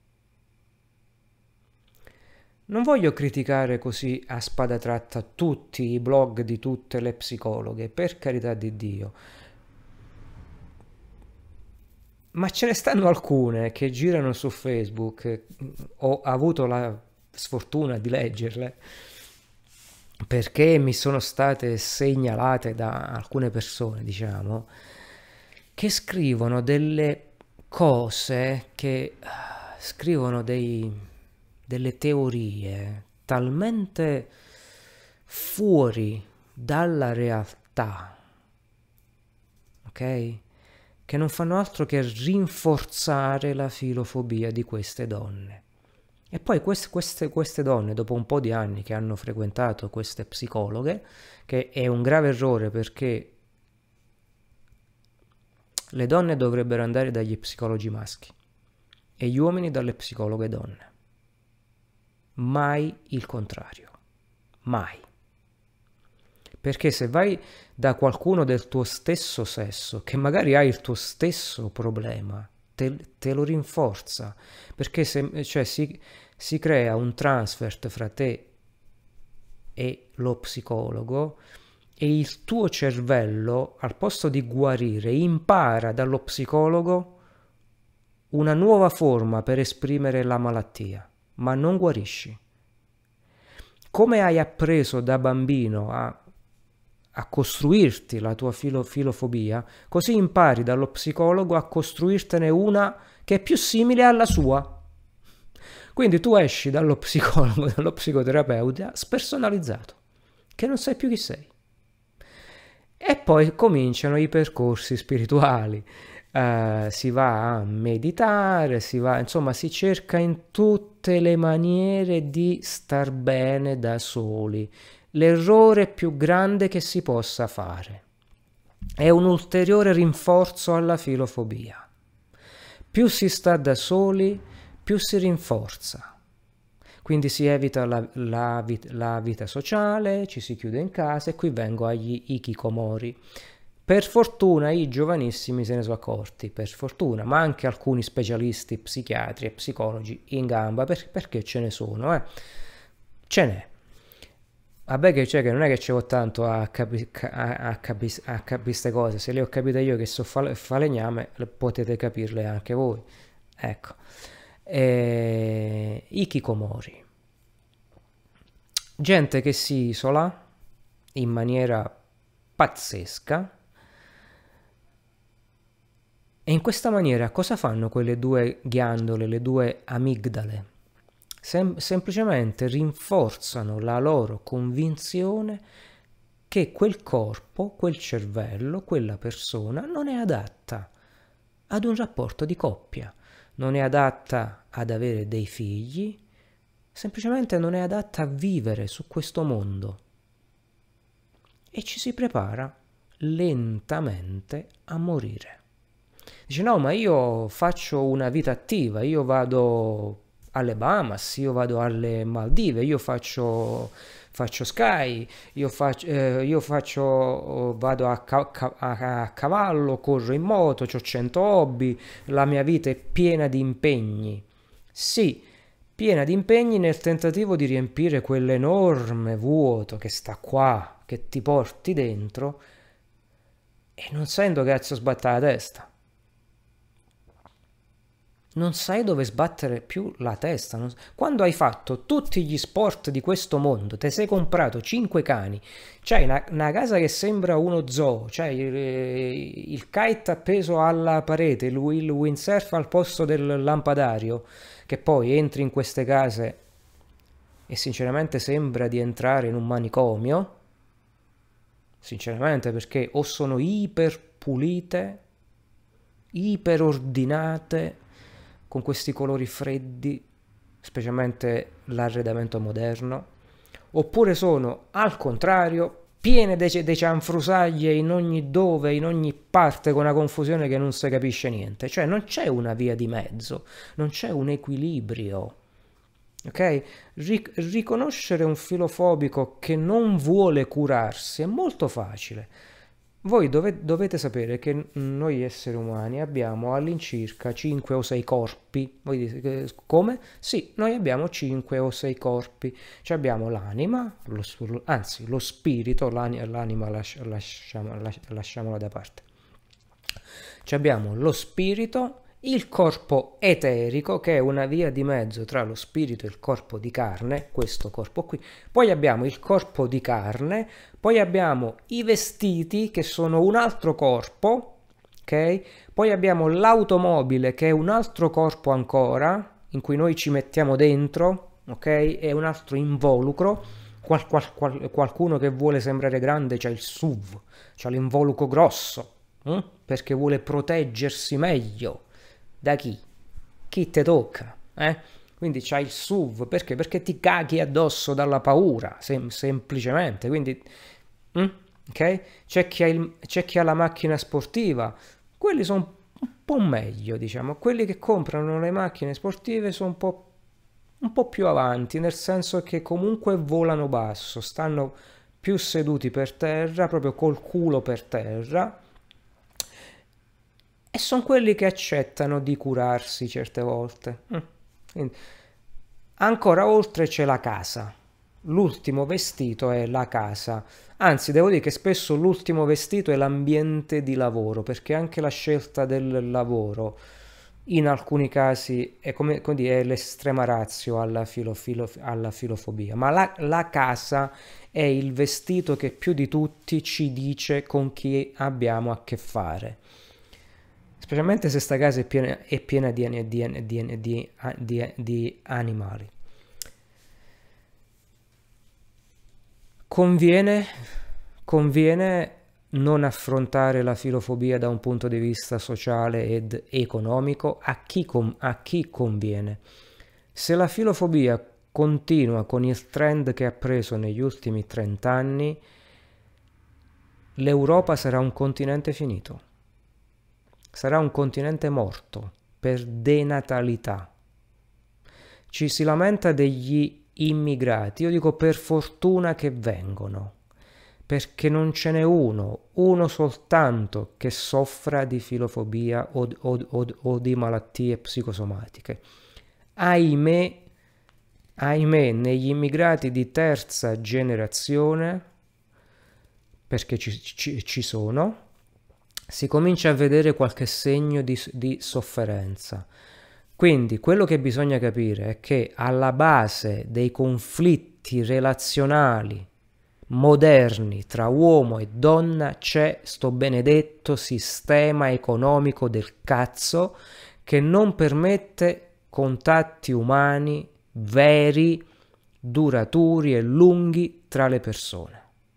Non voglio criticare così a spada tratta tutti i blog di tutte le psicologhe, per carità di Dio, ma ce ne stanno alcune che girano su Facebook, ho avuto la sfortuna di leggerle perché mi sono state segnalate da alcune persone, diciamo, che scrivono delle cose, che uh, scrivono dei... delle teorie talmente fuori dalla realtà, ok? Che non fanno altro che rinforzare la filofobia di queste donne. E poi queste, queste, queste donne, dopo un po' di anni che hanno frequentato queste psicologhe, che è un grave errore perché le donne dovrebbero andare dagli psicologi maschi e gli uomini dalle psicologhe donne. Mai il contrario, mai. Perché se vai da qualcuno del tuo stesso sesso, che magari ha il tuo stesso problema, te, te lo rinforza, perché se, cioè, si, si crea un transfert fra te e lo psicologo, e il tuo cervello, al posto di guarire, impara dallo psicologo una nuova forma per esprimere la malattia. Ma non guarisci. Come hai appreso da bambino a, a costruirti la tua filo, filofobia, così impari dallo psicologo a costruirtene una che è più simile alla sua. Quindi tu esci dallo psicologo, dallo psicoterapeuta spersonalizzato, che non sai più chi sei. E poi cominciano i percorsi spirituali. Uh, si va a meditare, si va, insomma, si cerca in tutte le maniere di star bene da soli. L'errore più grande che si possa fare è un ulteriore rinforzo alla filofobia. Più si sta da soli, più si rinforza. Quindi si evita la, la, vit- la vita sociale, ci si chiude in casa, e qui vengo agli hikikomori. Per fortuna i giovanissimi se ne sono accorti, per fortuna, ma anche alcuni specialisti, psichiatri e psicologi in gamba, per, perché ce ne sono, eh? Ce n'è. Vabbè che c'è, che non è che c'è tanto a capire a capi, a capi queste cose, se le ho capite io che so fale, falegname, potete capirle anche voi. Ecco. E... hikikomori. Gente che si isola in maniera pazzesca. E in questa maniera cosa fanno quelle due ghiandole, le due amigdale? Sem- semplicemente rinforzano la loro convinzione che quel corpo, quel cervello, quella persona non è adatta ad un rapporto di coppia, non è adatta ad avere dei figli, semplicemente non è adatta a vivere su questo mondo. E ci si prepara lentamente a morire. Dice: no, ma io faccio una vita attiva, io vado alle Bahamas, io vado alle Maldive, io faccio, faccio Sky, io faccio, eh, io faccio vado a, ca- a, a cavallo, corro in moto, ho cento hobby, la mia vita è piena di impegni. Sì, piena di impegni nel tentativo di riempire quell'enorme vuoto che sta qua, che ti porti dentro, e non sai dove cazzo sbatta la testa. Non sai dove sbattere più la testa. Non... Quando hai fatto tutti gli sport di questo mondo, ti sei comprato cinque cani, c'hai una, una casa che sembra uno zoo, c'hai il, il kite appeso alla parete, il, il windsurf al posto del lampadario, che poi entri in queste case e sinceramente sembra di entrare in un manicomio, sinceramente, perché o sono iper pulite, iper ordinate, con questi colori freddi, specialmente l'arredamento moderno, oppure sono al contrario piene di cianfrusaglie in ogni dove, in ogni parte, con una confusione che non si capisce niente. Cioè non c'è una via di mezzo, non c'è un equilibrio. Ok? Ric- riconoscere un filofobico che non vuole curarsi è molto facile. Voi dove- dovete sapere che noi esseri umani abbiamo all'incirca cinque o sei corpi. Voi dite, come? Sì, noi abbiamo cinque o sei corpi. Cioè abbiamo l'anima, lo, anzi lo spirito, l'ani- l'anima lasci- lasciamo, lasciamola da parte. Cioè abbiamo lo spirito, il corpo eterico, che è una via di mezzo tra lo spirito e il corpo di carne, questo corpo qui. Poi abbiamo il corpo di carne, poi abbiamo i vestiti, che sono un altro corpo, ok? Poi abbiamo l'automobile, che è un altro corpo ancora, in cui noi ci mettiamo dentro, ok? È un altro involucro. Qual, qual, qual, qualcuno che vuole sembrare grande c'ha il S U V, c'ha l'involucro grosso, hm? Perché vuole proteggersi meglio. Da chi? Chi te tocca, eh? Quindi c'hai il S U V, perché? Perché ti caghi addosso dalla paura, sem- semplicemente, quindi, mm? ok? C'è chi, ha il, c'è chi ha la macchina sportiva, quelli sono un po' meglio, diciamo, quelli che comprano le macchine sportive sono un po', un po' più avanti, nel senso che comunque volano basso, stanno più seduti per terra, proprio col culo per terra, e sono quelli che accettano di curarsi certe volte. Quindi, ancora oltre c'è la casa. L'ultimo vestito è la casa. Anzi, devo dire che spesso l'ultimo vestito è l'ambiente di lavoro, perché anche la scelta del lavoro in alcuni casi è, come, come dire, è l'estrema ratio alla, filo, filo, alla filofobia. Ma la, la casa è il vestito che più di tutti ci dice con chi abbiamo a che fare. Specialmente se sta casa è piena, è piena di, di, di, di, di, di animali. Conviene, conviene non affrontare la filofobia da un punto di vista sociale ed economico. A chi, com, a chi conviene? Se la filofobia continua con il trend che ha preso negli ultimi trent'anni, l'Europa sarà un continente finito. Sarà un continente morto per denatalità. Ci si lamenta degli immigrati, io dico per fortuna che vengono, perché non ce n'è uno, uno soltanto che soffra di filofobia o, o, o, o di malattie psicosomatiche. Ahimè, ahimè, negli immigrati di terza generazione, perché ci, ci, ci sono, si comincia a vedere qualche segno di, di sofferenza. Quindi quello che bisogna capire è che alla base dei conflitti relazionali moderni tra uomo e donna c'è sto benedetto sistema economico del cazzo che non permette contatti umani veri, duraturi e lunghi tra le persone.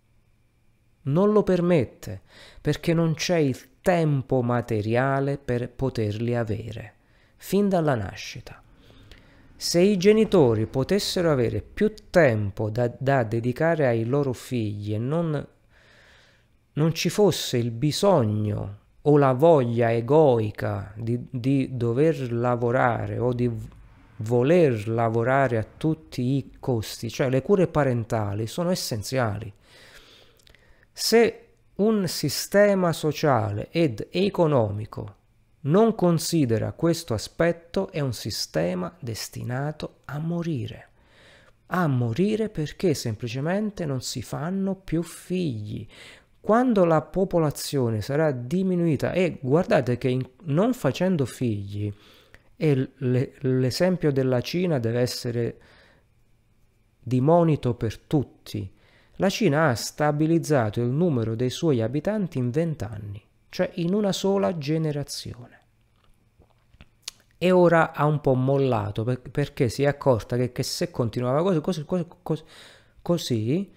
Non lo permette perché non c'è il tempo materiale per poterli avere, fin dalla nascita. Se i genitori potessero avere più tempo da, da dedicare ai loro figli e non, non ci fosse il bisogno o la voglia egoica di, di dover lavorare o di voler lavorare a tutti i costi, cioè le cure parentali sono essenziali. Se un sistema sociale ed economico non considera questo aspetto, è un sistema destinato a morire. A morire perché semplicemente non si fanno più figli. Quando la popolazione sarà diminuita, e guardate che in, non facendo figli, e le, l'esempio della Cina deve essere di monito per tutti. La Cina ha stabilizzato il numero dei suoi abitanti in vent'anni, cioè in una sola generazione. E ora ha un po' mollato perché si è accorta che, che se continuava così, così, così, così, così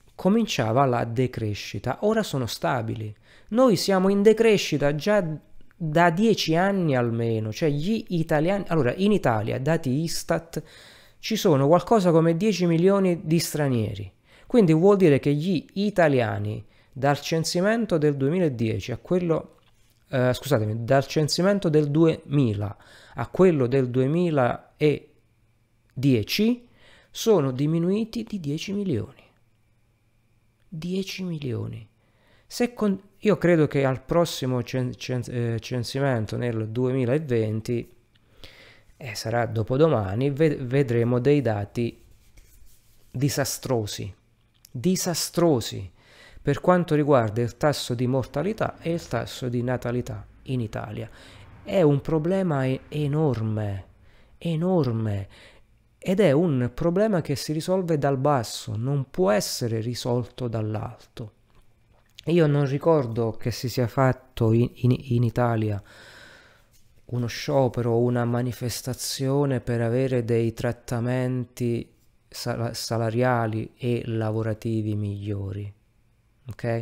cominciava la decrescita. Ora sono stabili. Noi siamo in decrescita già da dieci anni almeno, cioè gli italiani, allora in Italia, dati Istat, ci sono qualcosa come dieci milioni di stranieri, quindi vuol dire che gli italiani dal censimento del duemiladieci a quello, eh, scusatemi, dal censimento del duemila a quello del duemiladieci sono diminuiti di dieci milioni. dieci milioni. Se con... Io credo che al prossimo cen cen eh, censimento nel duemilaventi, eh, sarà dopodomani, ved vedremo dei dati disastrosi, disastrosi per quanto riguarda il tasso di mortalità e il tasso di natalità in Italia. È un problema enorme, enorme, ed è un problema che si risolve dal basso, non può essere risolto dall'alto. Io non ricordo che si sia fatto in, in, in Italia uno sciopero, una manifestazione per avere dei trattamenti sal salariali e lavorativi migliori, ok?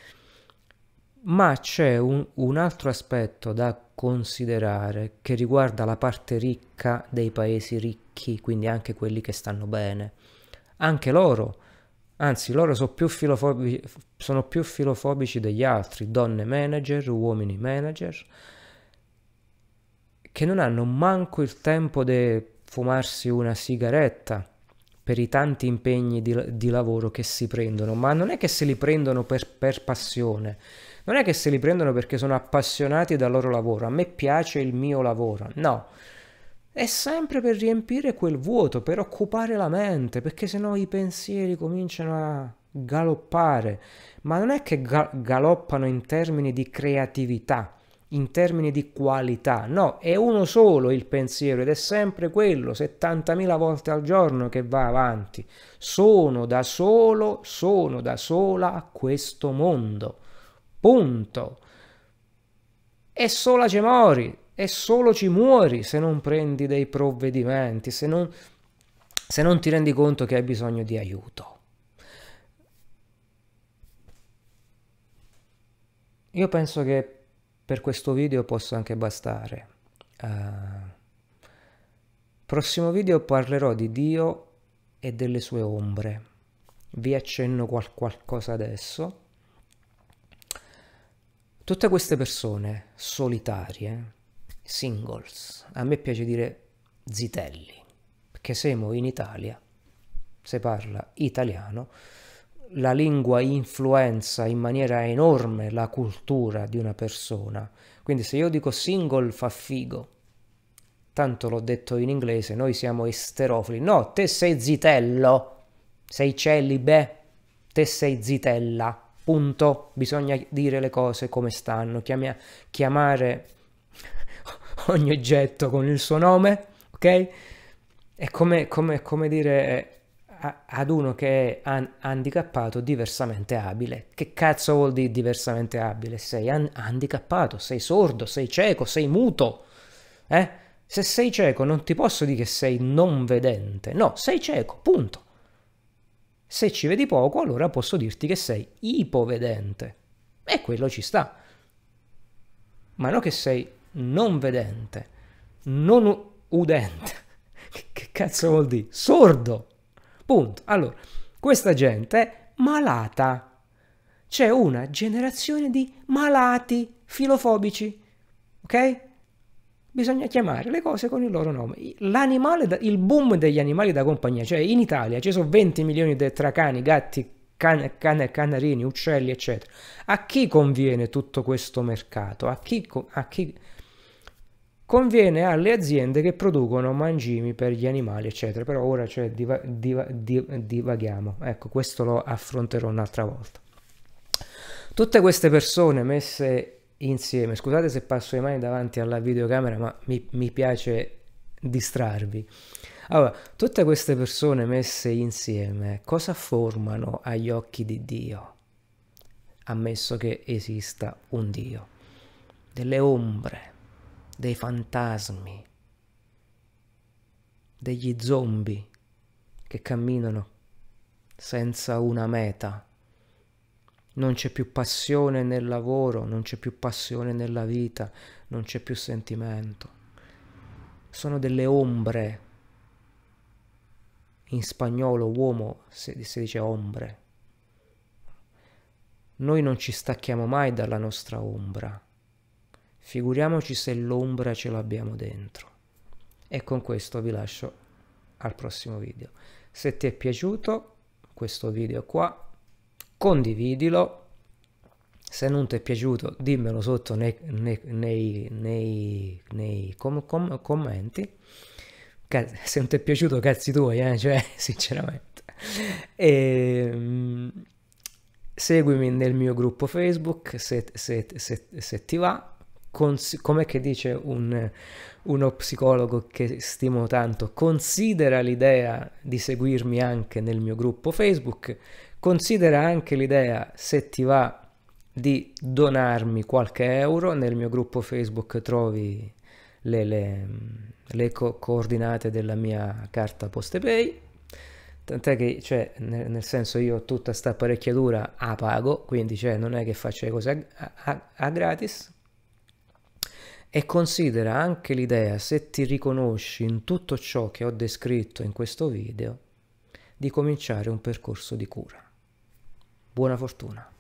Ma c'è un, un altro aspetto da considerare che riguarda la parte ricca dei paesi ricchi, quindi anche quelli che stanno bene. Anche loro, anzi loro sono più filofobici, sono più filofobici degli altri, donne manager, uomini manager, che non hanno manco il tempo di fumarsi una sigaretta per i tanti impegni di, di lavoro che si prendono, ma non è che se li prendono per, per passione, non è che se li prendono perché sono appassionati dal loro lavoro, a me piace il mio lavoro, no, è sempre per riempire quel vuoto, per occupare la mente, perché sennò i pensieri cominciano a galoppare, ma non è che ga galoppano in termini di creatività, in termini di qualità, no, è uno solo il pensiero ed è sempre quello, settantamila volte al giorno che va avanti. Sono da solo, sono da sola a questo mondo, punto. E sola ci mori, e solo ci muori se non prendi dei provvedimenti, se non, se non ti rendi conto che hai bisogno di aiuto. Io penso che per questo video possa anche bastare. Uh, prossimo video parlerò di Dio e delle sue ombre. Vi accenno qual qualcosa adesso. Tutte queste persone solitarie, singles, a me piace dire zitelli, perché siamo in Italia, si parla italiano, la lingua influenza in maniera enorme la cultura di una persona, quindi se io dico single fa figo, tanto l'ho detto in inglese, noi siamo esterofili, no, te sei zitello, sei celibe, te sei zitella, punto, bisogna dire le cose come stanno, Chiamia, chiamare ogni oggetto con il suo nome, ok? È come, come, come dire ad uno che è handicappato diversamente abile. Che cazzo vuol dire diversamente abile? Sei handicappato, sei sordo, sei cieco, sei muto. Eh? Se sei cieco non ti posso dire che sei non vedente. No, sei cieco, punto. Se ci vedi poco, allora posso dirti che sei ipovedente. E quello ci sta. Ma no che sei non vedente, non udente. Che cazzo vuol dire? Sordo. Punto. Allora, questa gente è malata. C'è una generazione di malati filofobici. Ok? Bisogna chiamare le cose con il loro nome. L'animale, il boom degli animali da compagnia, cioè in Italia ci sono venti milioni di tra cani, gatti, can, can, canarini, uccelli, eccetera. A chi conviene tutto questo mercato? A chi, a chi conviene alle aziende che producono mangimi per gli animali, eccetera. Però ora cioè, diva, diva, diva, divaghiamo. Ecco, questo lo affronterò un'altra volta. Tutte queste persone messe insieme, scusate se passo le mani davanti alla videocamera, ma mi, mi piace distrarvi. Allora, tutte queste persone messe insieme cosa formano agli occhi di Dio? Ammesso che esista un Dio. Delle ombre, dei fantasmi, degli zombie che camminano senza una meta, non c'è più passione nel lavoro, non c'è più passione nella vita, non c'è più sentimento. Sono delle ombre. In spagnolo uomo si, si dice ombre. Noi non ci stacchiamo mai dalla nostra ombra. Figuriamoci se l'ombra ce l'abbiamo dentro. E con questo vi lascio al prossimo video. Se ti è piaciuto questo video qua, condividilo. Se non ti è piaciuto, dimmelo sotto nei, nei, nei, nei, nei com, com, commenti. Se non ti è piaciuto, cazzi tuoi, eh? Cioè, sinceramente. E, um, seguimi nel mio gruppo Facebook se, se, se, se ti va. Come che dice un, uno psicologo che stimo tanto, considera l'idea di seguirmi anche nel mio gruppo Facebook, considera anche l'idea, se ti va, di donarmi qualche euro. Nel mio gruppo Facebook trovi le, le, le co- coordinate della mia carta PostePay, tant'è che, cioè, nel, nel senso, io tutta sta apparecchiatura a pago, quindi, cioè, non è che faccio le cose a, a, a gratis. E considera anche l'idea, se ti riconosci in tutto ciò che ho descritto in questo video, di cominciare un percorso di cura. Buona fortuna!